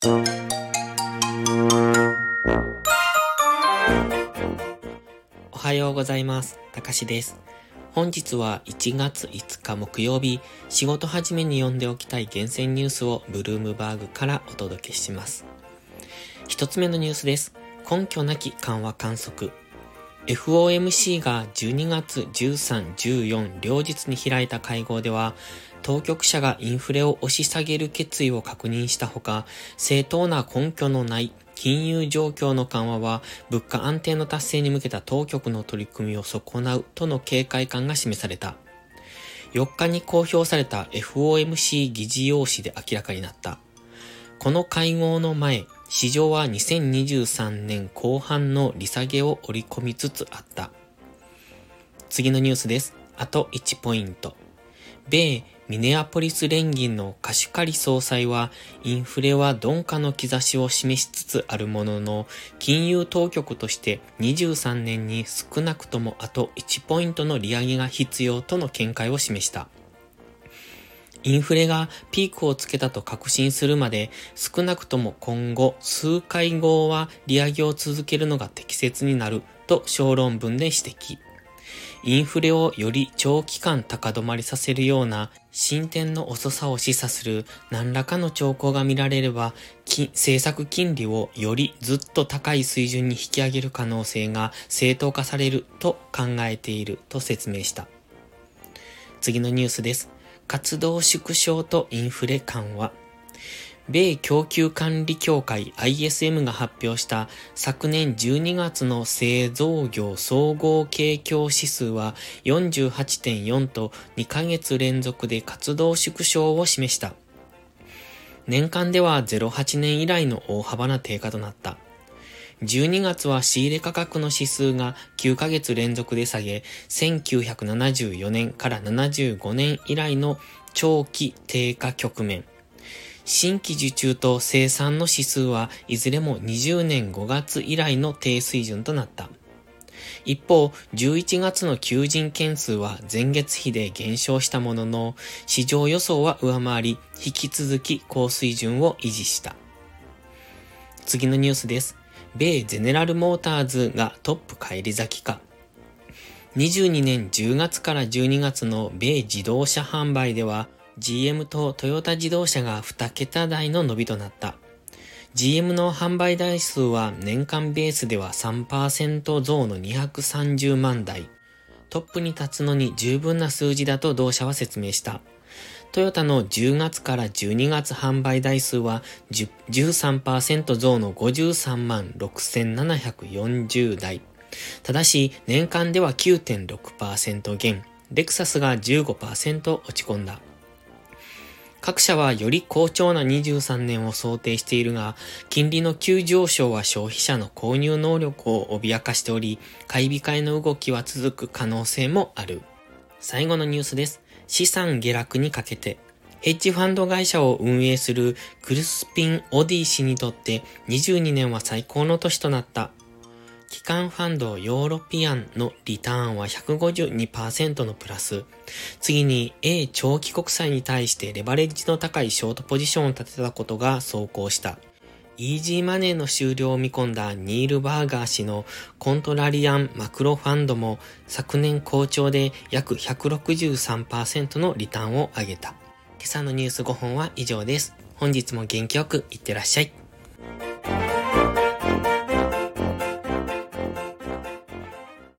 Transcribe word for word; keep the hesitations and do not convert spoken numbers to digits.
おはようございます。たかしです。本日はいちがついつか木曜日、仕事始めに読んでおきたい厳選ニュースをブルームバーグからお届けします。一つ目のニュースです。根拠なき緩和観測。エフオーエムシー がじゅうにがつじゅうさん、じゅうよん両日に開いた会合では、当局者がインフレを押し下げる決意を確認したほか、正当な根拠のない金融状況の緩和は物価安定の達成に向けた当局の取り組みを損なうとの警戒感が示された。よっかに公表された エフオーエムシー 議事要旨で明らかになった。この会合の前、市場はにせんにじゅうさんねんこう半の利下げを織り込みつつあった。次のニュースです。あといちポイント。米ミネアポリス連銀のカシュカリ総裁は、インフレは鈍化の兆しを示しつつあるものの、金融当局としてにじゅうさんねんに少なくともあといちポイントの利上げが必要との見解を示した。インフレがピークをつけたと確信するまで、少なくとも今後数回後は利上げを続けるのが適切になると小論文で指摘。インフレをより長期間高止まりさせるような進展の遅さを示唆する何らかの兆候が見られれば、政策金利をよりずっと高い水準に引き上げる可能性が正当化されると考えていると説明した。次のニュースです。活動縮小とインフレ緩和。米供給管理協会 アイエスエム が発表した昨年じゅうにがつの製造業総合景況指数は よんじゅうはちてんよん とにかげつ連続で活動縮小を示した。年間ではゼロはちねん以来の大幅な低下となった。じゅうにがつは仕入れ価格の指数がきゅうかげつ連続で下げ、せんきゅうひゃくななじゅうよねんからななじゅうごねん以来の長期低下局面。新規受注と生産の指数はいずれもにじゅうねんごがつ以来の低水準となった。一方、じゅういちがつの求人件数は前月比で減少したものの、市場予想は上回り、引き続き高水準を維持した。次のニュースです。米ゼネラルモーターズがトップ返り咲きか。にじゅうにねんじゅうがつからじゅうにがつの米自動車販売では、ジーエム とトヨタ自動車がにけた台の伸びとなった。ジーエム の販売台数は年間ベースでは さんパーセント 増のにひゃくさんじゅうまんだい。トップに立つのに十分な数字だと同社は説明した。トヨタのじゅうがつからじゅうにがつ販売台数は じゅうさんパーセント 増のごじゅうさんまんろくせんななひゃくよんじゅうだい。ただし年間では きゅうてんろくパーセント 減、レクサスが じゅうごパーセント 落ち込んだ。各社はより好調なにじゅうさんねんを想定しているが、金利の急上昇は消費者の購入能力を脅かしており、買い控えの動きは続く可能性もある。最後のニュースです。資産下落にかけて。ヘッジファンド会社を運営するクルスピン・オディ氏にとってにじゅうにねんは最高の年となった。機関ファンドヨーロピアンのリターンは ひゃくごじゅうにパーセント のプラス。次に A 長期国債に対してレバレッジの高いショートポジションを立てたことが奏功した。イージーマネーの終了を見込んだニール・バーガー氏のコントラリアン・マクロファンドも昨年好調で約 ひゃくろくじゅうさんパーセント のリターンを上げた。今朝のニュースごほんは以上です。本日も元気よくいってらっしゃい。